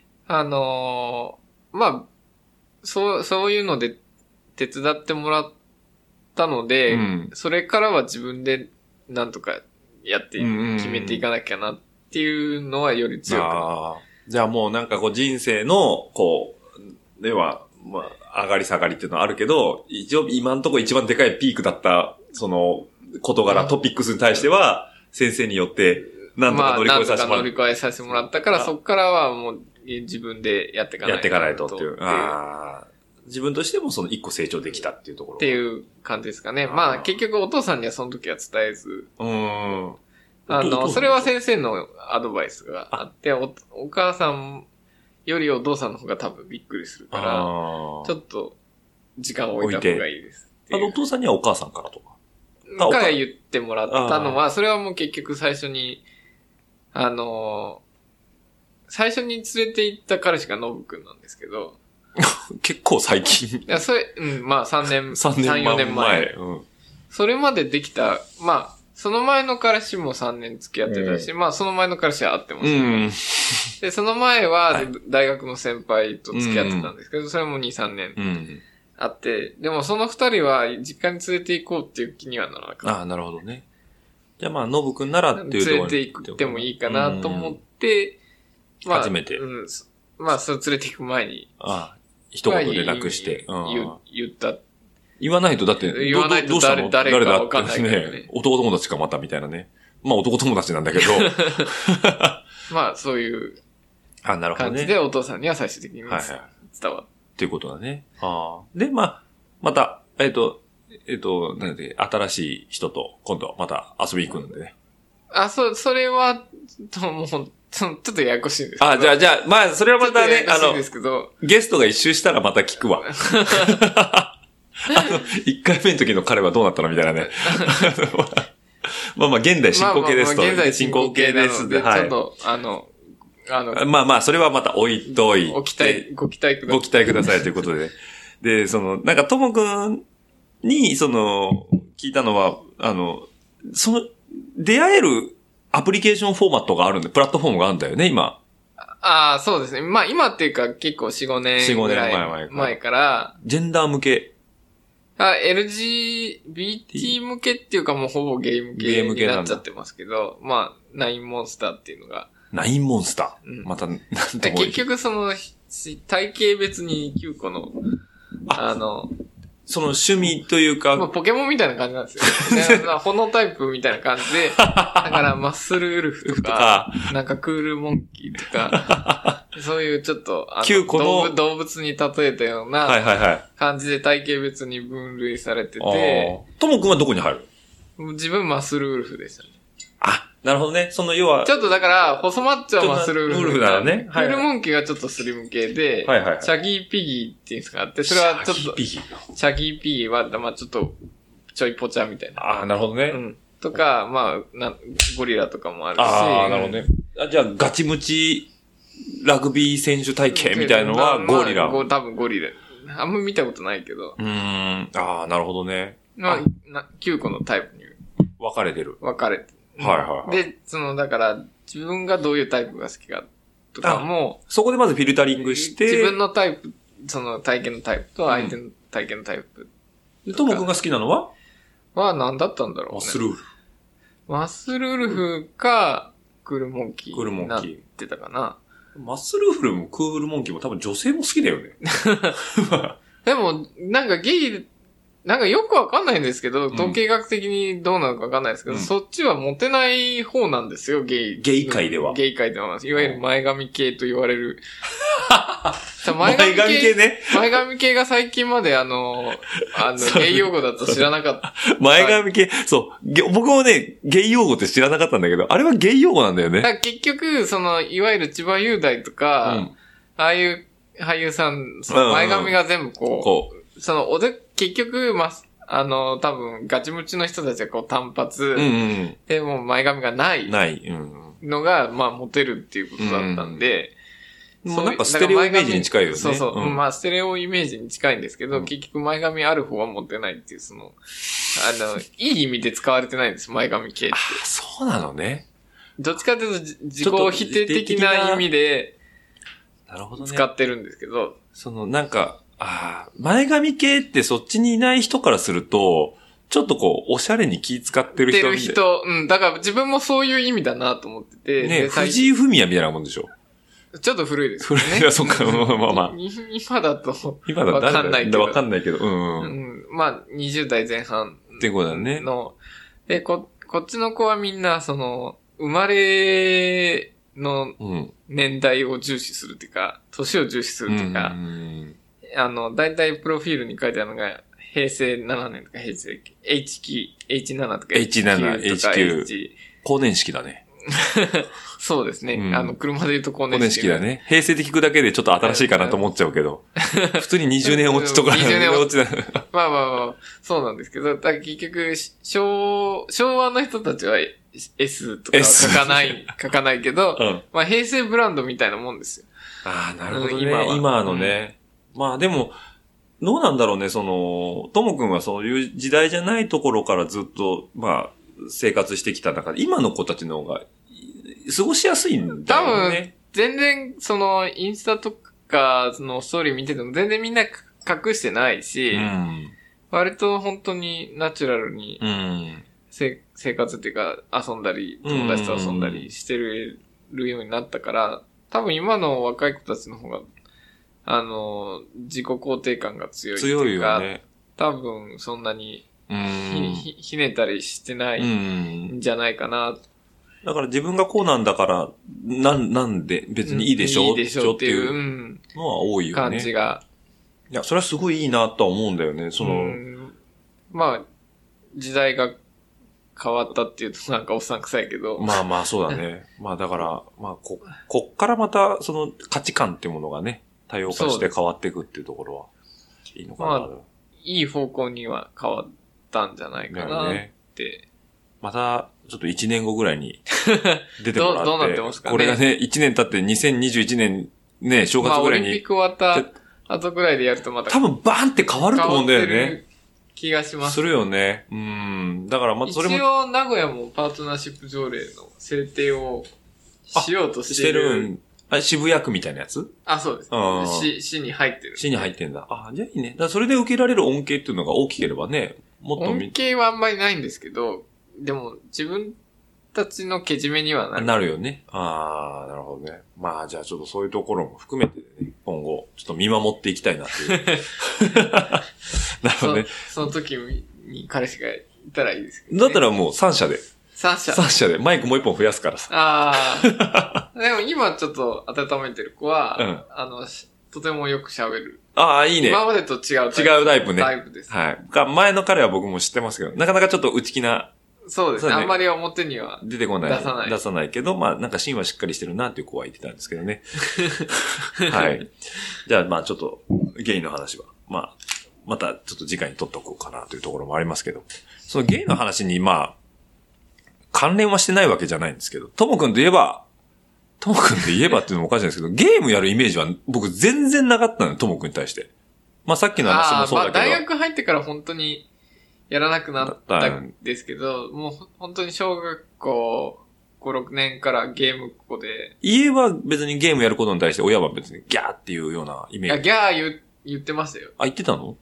そういうので手伝ってもらったので、それからは自分でなんとかやって決めていかなきゃなっていうのはより強く。 じゃあもうなんか人生の、では、上がり下がりっていうのはあるけど、一応今のところ一番でかいピークだった、事柄、トピックスに対しては、先生によって、なんとか乗り越えさせてもらった。 乗り越えさせてもらったから、そこからはもう自分でやっていかないとっていう。 自分としても一個成長できたっていうところ。 っていう感じですかね。結局お父さんにはその時は伝えず。それは先生のアドバイスがあって、お母さんよりお父さんの方が多分びっくりするから、ちょっと時間を置いた方がいいです。 お父さんにはお母さんからとか。 から言ってもらったのは、それはもう結局最初に、最初に連れて行った彼氏がノブくんなんですけど。 結構最近。 いや、3年、4年前。それまでできた、その前の彼氏も3年付き合ってたし、その前の彼氏は会ってますで、その前は大学の先輩と付き合ってたんですけど、それも2、3年。あって、でもその二人は実家に連れて行こうっていう気にはならなかった。 なるほどね。じゃあノブくんならっていうところ連れて行ってもいいかなと思って、 初めて。 それ連れて行く前に。 一言でなくして。 言った。 言わないとだって、 言わないと誰かわかんないからね。 男友達かまたみたいなね。男友達なんだけど。 そういう。 感じでお父さんには最終的に伝わる。 っていうことだね。で、また、なんで、新しい人と今度また遊びに行くんでね。 それは、もう、ちょっとややこしいんですけど。 じゃあ、まあ、それはまたね、ゲストが一周したらまた聞くわ。1回目の時の彼はどうなったのみたいなね。まあ、現代進行形ですと。 現在進行形です。はい。ちょっと、 まあ、それはまた置いといて。 ご期待ください。 ご期待くださいということで。で、なんか、ともくんに、聞いたのは、出会えるアプリケーションフォーマットがあるんで、プラットフォームがあるんだよね、今。 そうですね。まあ、今っていうか結構4、5年ぐらい前から。 ジェンダー向け。 LGBT 向けっていうかもうほぼゲーム系になっちゃってますけど、まあ、ナインモンスターっていうのが。 ナインモンスター、また、なんと結局体型別に9個の、 その趣味というか。 まあ、ポケモンみたいな感じなんですよ。ホノタイプみたいな感じで、だからマッスルウルフとか、なんかクールモンキーとか、そういうちょっと、 9個の動物に例えたような感じで体型別に分類されてて、 ともくんはどこに入る？ 自分マッスルウルフでしたね。 なるほどね。要は。 ちょっとだから、細マッチョはマッスルウルフだね。 クールモンキーがちょっとスリム系で、シャギーピギーっていうんですかあって、それはちょっと、シャギーピギーは、まあちょっと、ちょいぽちゃみたいな。 なるほどね。 とか、まあゴリラとかもあるし。 なるほどね。じゃあ、ガチムチ、ラグビー選手体型みたいなのはゴリラ。 多分ゴリラ。あんま見たことないけど。 なるほどね。 9個のタイプに分かれてる。 で、だから、自分がどういうタイプが好きかとかも、 そこでまずフィルタリングして、 自分のタイプ、体型のタイプと相手の体型のタイプ。 ともくんが好きなのは何だったんだろうね。 マッスルウルフ。 マッスルウルフか、クールモンキーになってたかな。 マッスルウルフもクールモンキーも多分女性も好きだよね。 でも、なんかゲイ、なんかよくわかんないんですけど、統計学的にどうなのかわかんないですけど、そっちはモテない方なんですよ、ゲイ界では。 ゲイ界では。いわゆる前髪系と言われる。 前髪系ね。 前髪系が最近までゲイ用語だと知らなかった。 前髪系、そう。僕もね、ゲイ用語って知らなかったんだけど、あれはゲイ用語なんだよね。 結局、いわゆる千葉雄大とか、ああいう俳優さん、前髪が全部結局、多分、ガチムチの人たちは単発、で、もう前髪がないのが、まあ、モテるっていうことだったんで、 もうなんかステレオイメージに近いよね。 まあ、ステレオイメージに近いんですけど、結局前髪ある方はモテないっていう、いい意味で使われてないんです、前髪系って。 そうなのね。 どっちかというと、自己否定的な意味で、使ってるんですけど。 なんか、前髪系ってそっちにいない人からすると、ちょっとおしゃれに気使ってる人。 だから自分もそういう意味だなと思ってて。 ね、藤井フミヤみたいなもんでしょ。 ちょっと古いですね。 古い。そっか、まあ。 今だと、わかんないけど。 わかんないけど、 まあ、20代前半。 ってことだね。 で、こっちの子はみんな、生まれの年代を重視するっていうか、年を重視するっていうか、だいたいプロフィールに書いてあるのが、平成7年とか平成 H7 とか H9。更年期だね。 そうですね。車で言うと更年期だね。平成で聞くだけでちょっと新しいかなと思っちゃうけど。普通に20年落ちとか。 20年落ちだ。まあ、そうなんですけど、結局、昭和の人たちは S とか書かないけど、まあ平成ブランドみたいなもんですよ。 なるほどね。今のね。まあでも、どうなんだろうね、ともくんはそういう時代じゃないところからずっと、まあ、生活してきた中で、今の子たちの方が、過ごしやすいんだよね。 多分、全然、インスタとか、のストーリー見てても全然みんな隠してないし、割と本当にナチュラルに、生活っていうか、遊んだり、友達と遊んだりしてるようになったから、多分今の若い子たちの方が、自己肯定感が強いっていうか、 強いよね。 多分そんなにひねったりしてないんじゃないかな。 だから自分がこうなんだから、なんで別にいいでしょ、 いいでしょっていうのは多いよね。 感じが。 いや、それはすごいいいなとは思うんだよね。 まあ、時代が変わったっていうとなんかおっさん臭いけど。 まあまあそうだね。まあだから、まあこっからまたその価値観っていうものがね、多様化して変わっていくっていうところはいいのかな。まあ、 いい方向には変わったんじゃないかなって。ね、 また、ちょっと1年後ぐらいに出てもらって。 どうなってますかね。 これがね、1年経って2021年ね、正月ぐらいに。 オリンピック終わった後ぐらいでやるとまた。 多分バーンって変わると思うんだよね。 気がします。 するよね。だからまたそれも。 一応名古屋もパートナーシップ条例の制定をしようとしてる。 渋谷区みたいなやつ？ そうです。市に入ってる。 市に入ってんだ。じゃあいいね。だからそれで受けられる恩恵っていうのが大きければね、もっと恩恵はあんまりないんですけど、でも自分たちのけじめにはなる。 なるよね。なるほどね。まあじゃあちょっとそういうところも含めてね、今後ちょっと見守っていきたいなっていう。なるほどね。 その時に彼氏がいたらいいですけど、 ね。だったらもう3社で。3社で。マイクもう1本増やすからさ。 でも今ちょっと温めてる子は、とてもよく喋る。 いいね。 今までと違うタイプね。 タイプです。 はい。前の彼は僕も知ってますけど、なかなかちょっと内気な。 そうですね。あんまり表には出てこない。出さないけど、まあなんか芯はしっかりしてるなっていう子は言ってたんですけどね。はい。じゃあまあちょっとゲイの話は、またちょっと次回に取っとこうかなというところもありますけど、そのゲイの話に関連はしてないわけじゃないんですけど、ともくんといえばっていうのもおかしいんですけど、ゲームやるイメージは僕全然なかったのよ、ともくんに対して。さっきの話もそうだけど。 大学入ってから本当にやらなくなったんですけど、もう本当に小学校5、6年からゲームっ子で。 家は別にゲームやることに対して親は別にギャーっていうようなイメージ。 ギャー言ってましたよ。 言ってたの？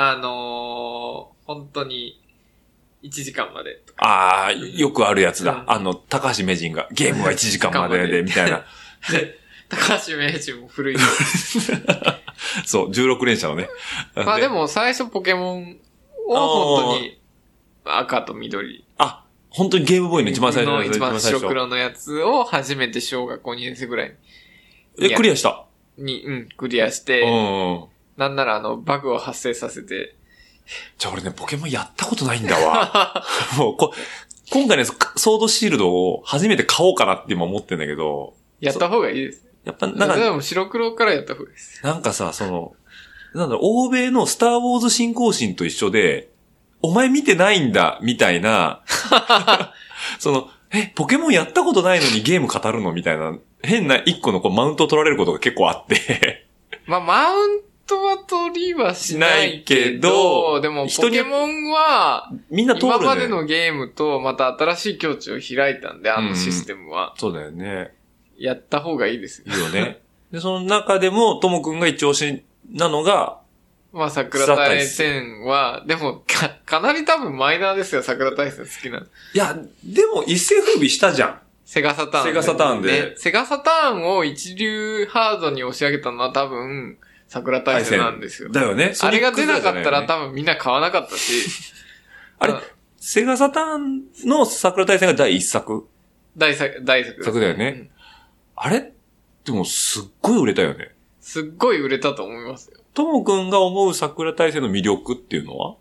本当に1時間まで。 よくあるやつだ。高橋名人がゲームは1時間までで、みたいな。 高橋名人も古い。 そう、16連射のね。 でも最初ポケモンを本当に赤と緑。 本当にゲームボーイの一番最初の一番白黒のやつを初めて小学校2年生ぐらいに。 クリアした？ クリアして、なんならバグを発生させて。 じゃあ俺ね、ポケモンやったことないんだわ。もう今回ね、ソードシールドを初めて買おうかなって今思ってんだけど。 やった方がいいです。 やっぱでも白黒からやった方がいいです。 なんかさ、欧米のスターウォーズ信仰心と一緒で、お前見てないんだ、みたいな、ポケモンやったことないのにゲーム語るのみたいな、変な一個のマウントを取られることが結構あって。 マウントは取りはしないけど、でもポケモンは、 みんな通るね。 今までのゲームとまた新しい境地を開いたんで、システムは。 そうだよね。 やった方がいいですよ。 いいよね。で、その中でも、ともくんが一押しなのが、 桜大戦は、でも、かなり多分マイナーですよ、桜大戦好きな。 いや、でも一世風靡したじゃん。 セガサターン。 セガサターンで。 セガサターンを一流ハードに押し上げたのは多分、桜大戦なんですよ。 だよね。 あれが出なかったら多分みんな買わなかったし。 セガサターンの桜大戦が第一作？ 大作だよね。あれでもすっごい売れたよね。 すっごい売れたと思いますよ。 ともくんが思う桜大戦の魅力っていうのは？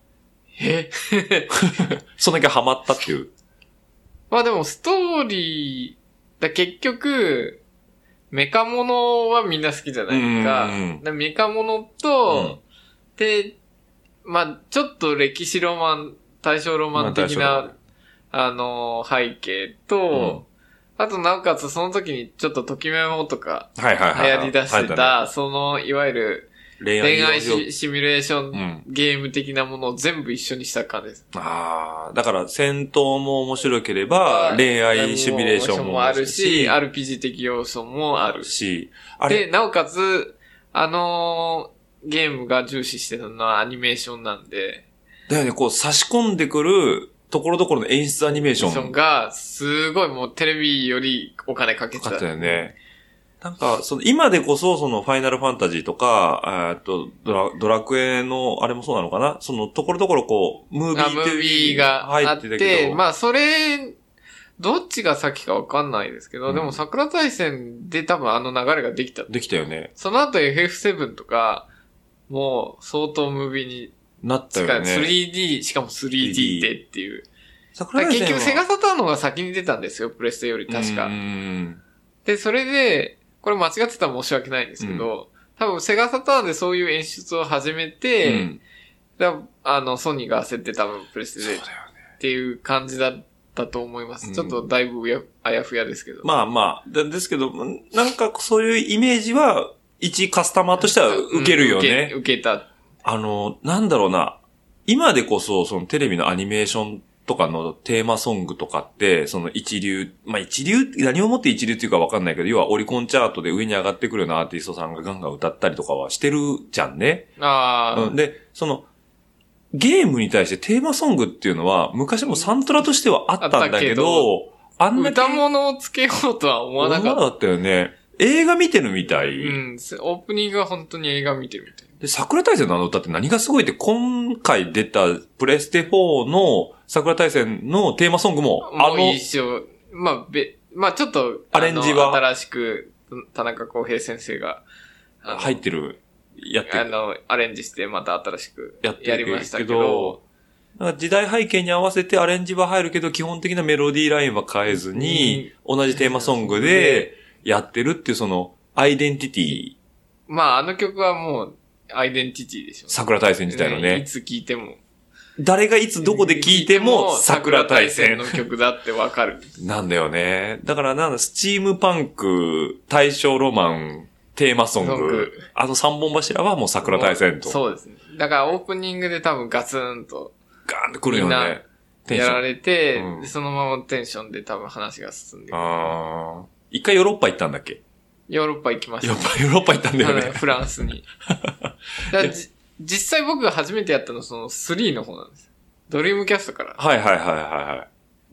そんだけハマったっていう。 でもストーリー、結局、メカモノはみんな好きじゃないですか。メカモノと、で、ちょっと歴史ロマン、大正ロマン的な、背景と、あとなおかつその時にちょっとときメモとか流行り出してた、いわゆる恋愛シミュレーションゲーム的なものを全部一緒にした感じです。 だから戦闘も面白ければ、恋愛シミュレーションもあるし、RPG 的要素もあるし、で、なおかつ、ゲームが重視してたのはアニメーションなんで。 だよね、差し込んでくる、ところどころの演出アニメーションが、すごいもうテレビよりお金かけてた。 かかったよね。なんか、今でこそ、ファイナルファンタジーとか、ドラクエの、あれもそうなのかな？ところどころムービーがあって、それどっちが先かわかんないですけど、でも桜大戦で多分あの流れができた。 できたよね。 その後 FF7 とか、もう相当ムービーになったよね。 3D、しかも 3D でっていう。 桜大戦は結局セガサターンの方が先に出たんですよ、プレステより確か。で、それで、これ間違ってたら申し訳ないんですけど、多分セガサターンでそういう演出を始めて、ソニーが焦って多分プレステでっていう感じだったと思います。ちょっとだいぶあやふやですけど。 まあまあ、ですけど、なんかそういうイメージは、一カスタマーとしては受けるよね。 受けた。 なんだろうな。今でこそ、そのテレビのアニメーションとかのテーマソングとかって、その一流、何をもって一流っていうかわかんないけど、要はオリコンチャートで上に上がってくるようなアーティストさんがガンガン歌ったりとかはしてるじゃんね。で、ゲームに対してテーマソングっていうのは、昔もサントラとしてはあったんだけど、 あんな歌物をつけようとは思わなかった。 思わなかったよね。映画見てるみたい。 オープニングは本当に映画見てるみたい。 で、桜大戦のあの歌って何がすごいって、今回出たプレステ4の桜大戦のテーマソングも、 一緒。まあちょっと、 アレンジは、 新しく、田中康平先生が、 入ってる、やってる。 アレンジしてまた新しくやりましたけど、 時代背景に合わせてアレンジは入るけど、基本的なメロディーラインは変えずに、同じテーマソングでやってるっていうその、アイデンティティ。 まああの曲はもう、アイデンティティでしょ。 桜大戦自体のね。 いつ聴いても。 誰がいつどこで聴いても、桜大戦の曲だってわかる。 なんだよね。だからスチームパンク、大正ロマン、テーマソング。三本柱はもう桜大戦と。 そうですね。だからオープニングで多分ガツンと。 ガーンと来るよね。 やられて、そのままテンションで多分話が進んでくる。 一回ヨーロッパ行ったんだっけ？ ヨーロッパ行きました、 ヨーロッパ行ったんだよね。 フランスに。実際僕が初めてやったのはその3の方なんです。ドリームキャストから。 はい。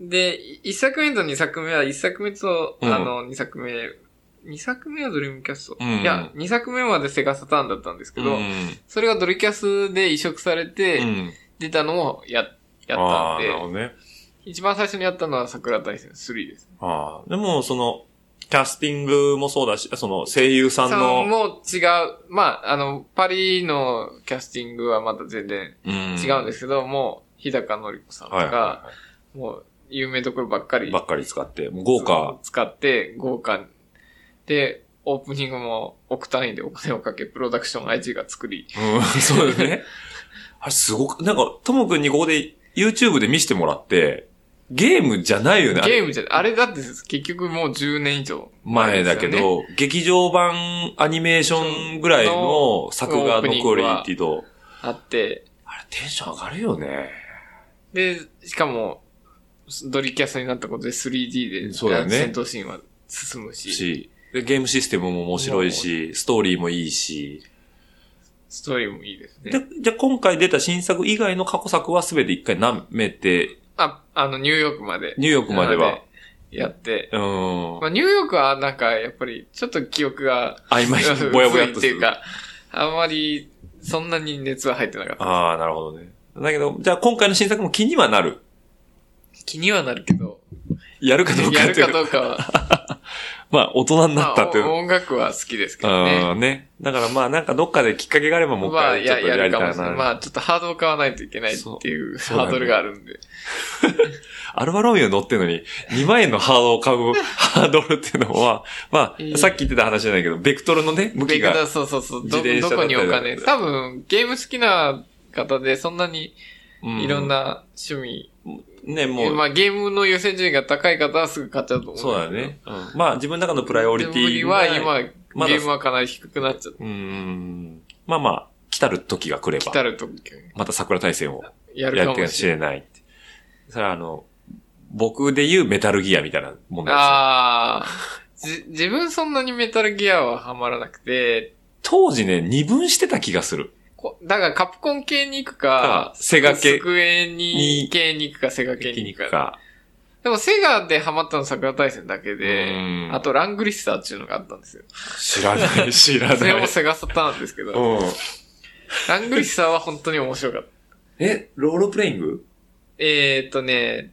で、1作目と2作目は、1作目と、2作目はドリームキャスト。いや、2作目までセガサターンだったんですけど、それがドリキャスで移植されて、出たのをやったんで、 なるほどね。 一番最初にやったのは桜大戦3です。 でも、キャスティングもそうだし、声優さんの。 も違う。まあ、パリのキャスティングはまた全然違うんですけど、もう、日高のり子さんとか、もう、有名どころばっかり使って、もう豪華。 使って、豪華。で、オープニングも億単位でお金をかけ、プロダクション IG が作り。 そうですね。あれすごく、ともくんにここで YouTube で見せてもらって、ゲームじゃないよね。 ゲームじゃない。あれだって結局もう10年以上前だけど、劇場版アニメーションぐらいの作画のクオリティと。 あって。 あれテンション上がるよね。 で、しかも、ドリキャスになったことで 3D で、 そうだね、 戦闘シーンは進むし。 で、ゲームシステムも面白いし、ストーリーもいいし。 ストーリーもいいですね。 じゃあ今回出た新作以外の過去作は全て一回舐めて、 ニューヨークまで。 ニューヨークまでは。 やって。 まあ、 ニューヨークはなんか、やっぱり、ちょっと記憶が、 曖昧にぼやぼやっとする。っていうか、あんまり、そんなに熱は入ってなかった。 なるほどね。だけど、じゃあ今回の新作も気にはなる。 気にはなるけど。 やるかどうか。 やるかどうかは。 まあ、大人になったっていう。 音楽は好きですけどね。 ね。だからまあ、なんかどっかできっかけがあればもう一回ちょっとやりたいな。 やるかもしれない。まあ、ちょっとハードを買わないといけないっていうハードルがあるんで。 アルファロミオ乗ってるのに、2万円のハードを買うハードルっていうのは、まあ、さっき言ってた話じゃないけど、ベクトルのね、向きが。 そう。どこにお金。多分、ゲーム好きな方で、そんなに、いろんな趣味。 ね、もう。 まあ、ゲームの優先順位が高い方はすぐ買っちゃうと思う。 そうだよね。まあ、自分の中のプライオリティは今、ゲームはかなり低くなっちゃった。 まあ、来たる時が来れば。 来たる時。 また桜大戦をやるかもしれない。それは僕で言うメタルギアみたいなもんなんですよ。自分そんなにメタルギアはハマらなくて。 当時ね、二分してた気がする。 だからカプコン系に行くか、 セガ系。 スクエニ系に行くか、セガ系に行くか。でもセガでハマったの桜大戦だけで、あとラングリッサーっていうのがあったんですよ。 知らない。それもセガサターンですけど。ラングリッサーは本当に面白かった。 ロールプレイング？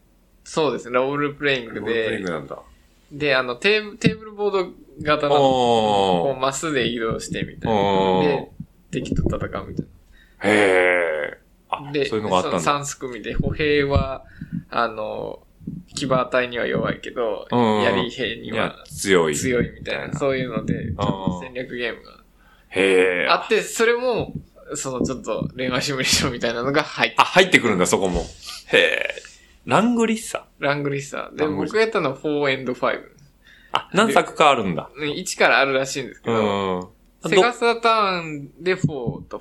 そうですね、ロールプレイングで。 ロールプレイングなんだ。 で、テーブルボード型の、こうマスで移動してみたいな。で、敵と戦うみたいな。 へー。で、そういうのがあったんだ。 3すくみで、歩兵は、騎馬隊には弱いけど、槍兵には強いみたいな、そういうので、ちょっと戦略ゲームがあって、それも、ちょっと恋愛シミュレーションみたいなのが入ってくるんだ、そこも。へー。ラングリッサ。 で、僕がやったのは4 and 5。 何作かあるんだ。 1からあるらしいんですけど、セガサターンで4と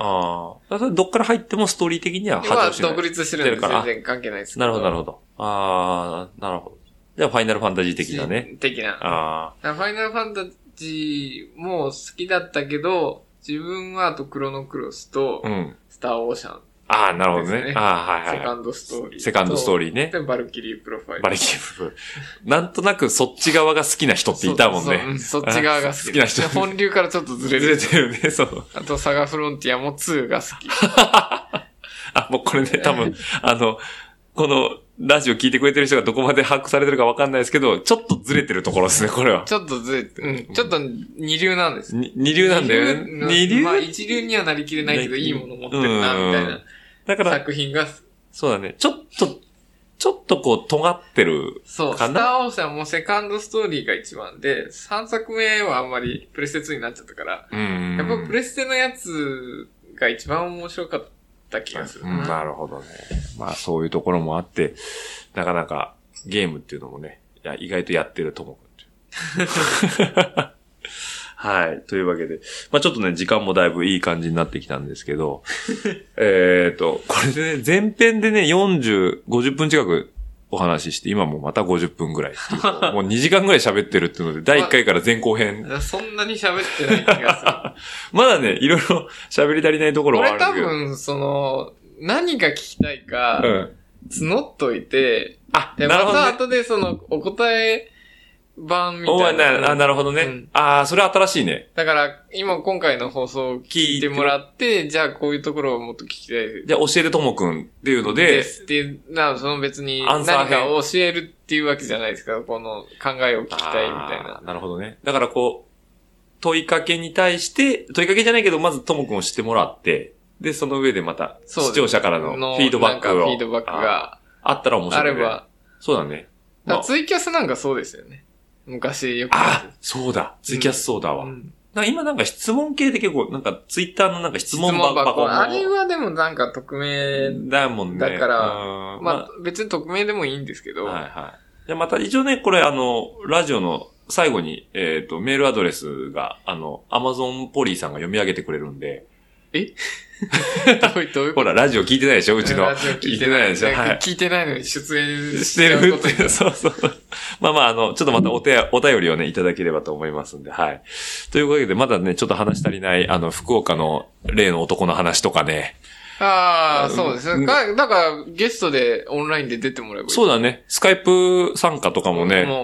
5。 それどっから入ってもストーリー的には外してない。独立してるんで全然関係ないですけど。 なるほど、なるほど。なるほど。じゃあ、ファイナルファンタジー的なね。 ファイナルファンタジーも好きだったけど、自分はあとクロノクロスと、スターオーシャン。 なるほどね。はいはい。 セカンドストーリー。 ね。 で、バルキリープロファイル。 なんとなくそっち側が好きな人っていたもんね。 そっち側が好きな人。本流からちょっとずれてるね、そう。 あと、サガフロンティアも2が好き。 もうこれね、多分、このラジオ聞いてくれてる人がどこまで把握されてるかわかんないですけど、ちょっとずれてるところですね、これは。 ちょっとずれて、ちょっと二流なんです。 二流なんだよね。二流まあ一流にはなりきれないけど、いいもの持ってるな、みたいな。だから、作品が。 そうだね。ちょっとこう、尖ってる。 そう。スターオーシャンもセカンドストーリーが一番で、3作目はあんまりプレステ2になっちゃったから、やっぱプレステのやつが一番面白かった気がするなるほどね。まあそういうところもあって、なかなかゲームっていうのもね、意外とやってると思う。はい。というわけで。まあちょっとね、時間もだいぶいい感じになってきたんですけど、これでね、前編でね、50分近くお話しして、今もまた50分ぐらいっていう。もう2時間ぐらい喋ってるっていうので、第1回から前後編。 そんなに喋ってない気がする。 まだね、いろいろ喋り足りないところはあるけど。 これ多分、何が聞きたいか、募っといて、で、また後でお答え、版みたいな。 なるほどね。それ新しいね。 だから、今回の放送を聞いてもらって、じゃあこういうところをもっと聞きたい。 じゃあ教えてともくんっていうので。 ですっていう、別に何か教えるっていうわけじゃないですか。この考えを聞きたいみたいな。 なるほどね。だから問いかけに対して、問いかけじゃないけど、まずともくんを知ってもらって、で、その上でまた、視聴者からのフィードバックを。 フィードバックが。 あったら面白い、ね。あれば。そうだね。 ツイキャスなんかそうですよね。昔よくそうだ。ツイキャスそうだわ。今質問系で結構、ツイッターの質問箱あれはでも匿名だもんね。 だから、別に匿名でもいいんですけど。 はいはい。じゃあまた一応ね、これラジオの最後に、メールアドレスが、Amazon ポリーさんが読み上げてくれるんで。どういうほら、ラジオ聞いてないでしょうちの。 ラジオ聞いてないでしょ聞いてないのに出演してるっていう。そう。まあちょっとまたお便りをね、いただければと思いますんで、はい。というわけで、まだね、ちょっと話足りない、福岡の例の男の話とかね。 そうですね。だから、ゲストでオンラインで出てもらえばいい。 そうだね。スカイプ参加とかもね。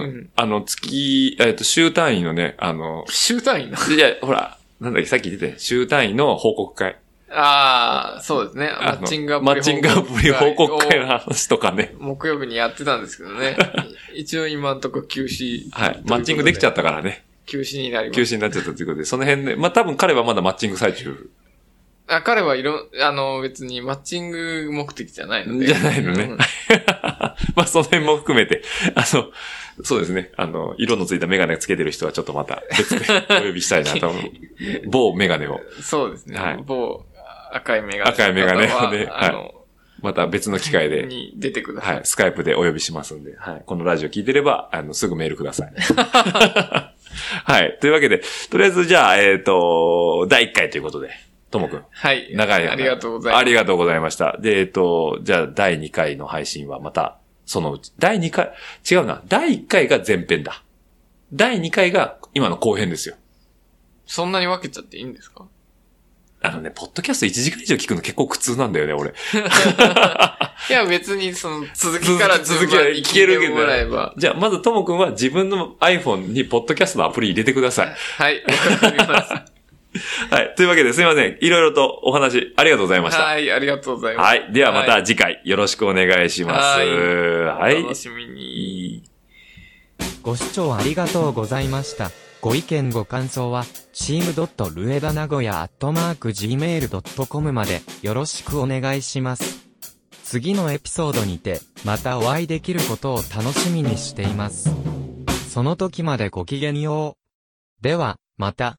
週単位のね、 週単位のいや、ほら、なんだっけ、さっき言ってた週単位の報告会。 そうですね。マッチングアプリ報告会の話とかね。 木曜日にやってたんですけどね。一応今のところ休止。 はい。マッチングできちゃったからね。 休止になります。 休止になっちゃったということで、その辺で、多分彼はまだマッチング最中。 彼は別にマッチング目的じゃないので。 じゃないのね。その辺も含めて、そうですね。色のついたメガネつけてる人はちょっとまた別でお呼びしたいなと思う。某メガネを。 そうですね。 はい。 某赤いメガネ。 赤いメガネをね、はい。また別の機会で。 に出てください。 はい。スカイプでお呼びしますんで、はい。このラジオ聞いてれば、すぐメールください。はい。というわけで、とりあえずじゃあ、第1回ということで。ともくん。 はい。 長い。 ありがとうございます。 ありがとうございました。で、じゃあ、第2回の配信はまた、そのうち。第2回、違うな。第1回が前編だ。第2回が今の後編ですよ。 そんなに分けちゃっていいんですか？ ポッドキャスト1時間以上聞くの結構苦痛なんだよね、俺。 いや、別に続きから続きは聞けるもらえば。 じゃあ、まずともくんは自分の iPhone にポッドキャストのアプリ入れてください。 はい、わかります。 はい。というわけで、すいません。いろいろとお話ありがとうございました。 はい、ありがとうございます。 はい。ではまた次回よろしくお願いします。 はい。お楽しみに。 ご視聴ありがとうございました。ご意見ご感想は、team.ruedanagoya@gmail.com までよろしくお願いします。次のエピソードにて、またお会いできることを楽しみにしています。その時までごきげんよう。では、また。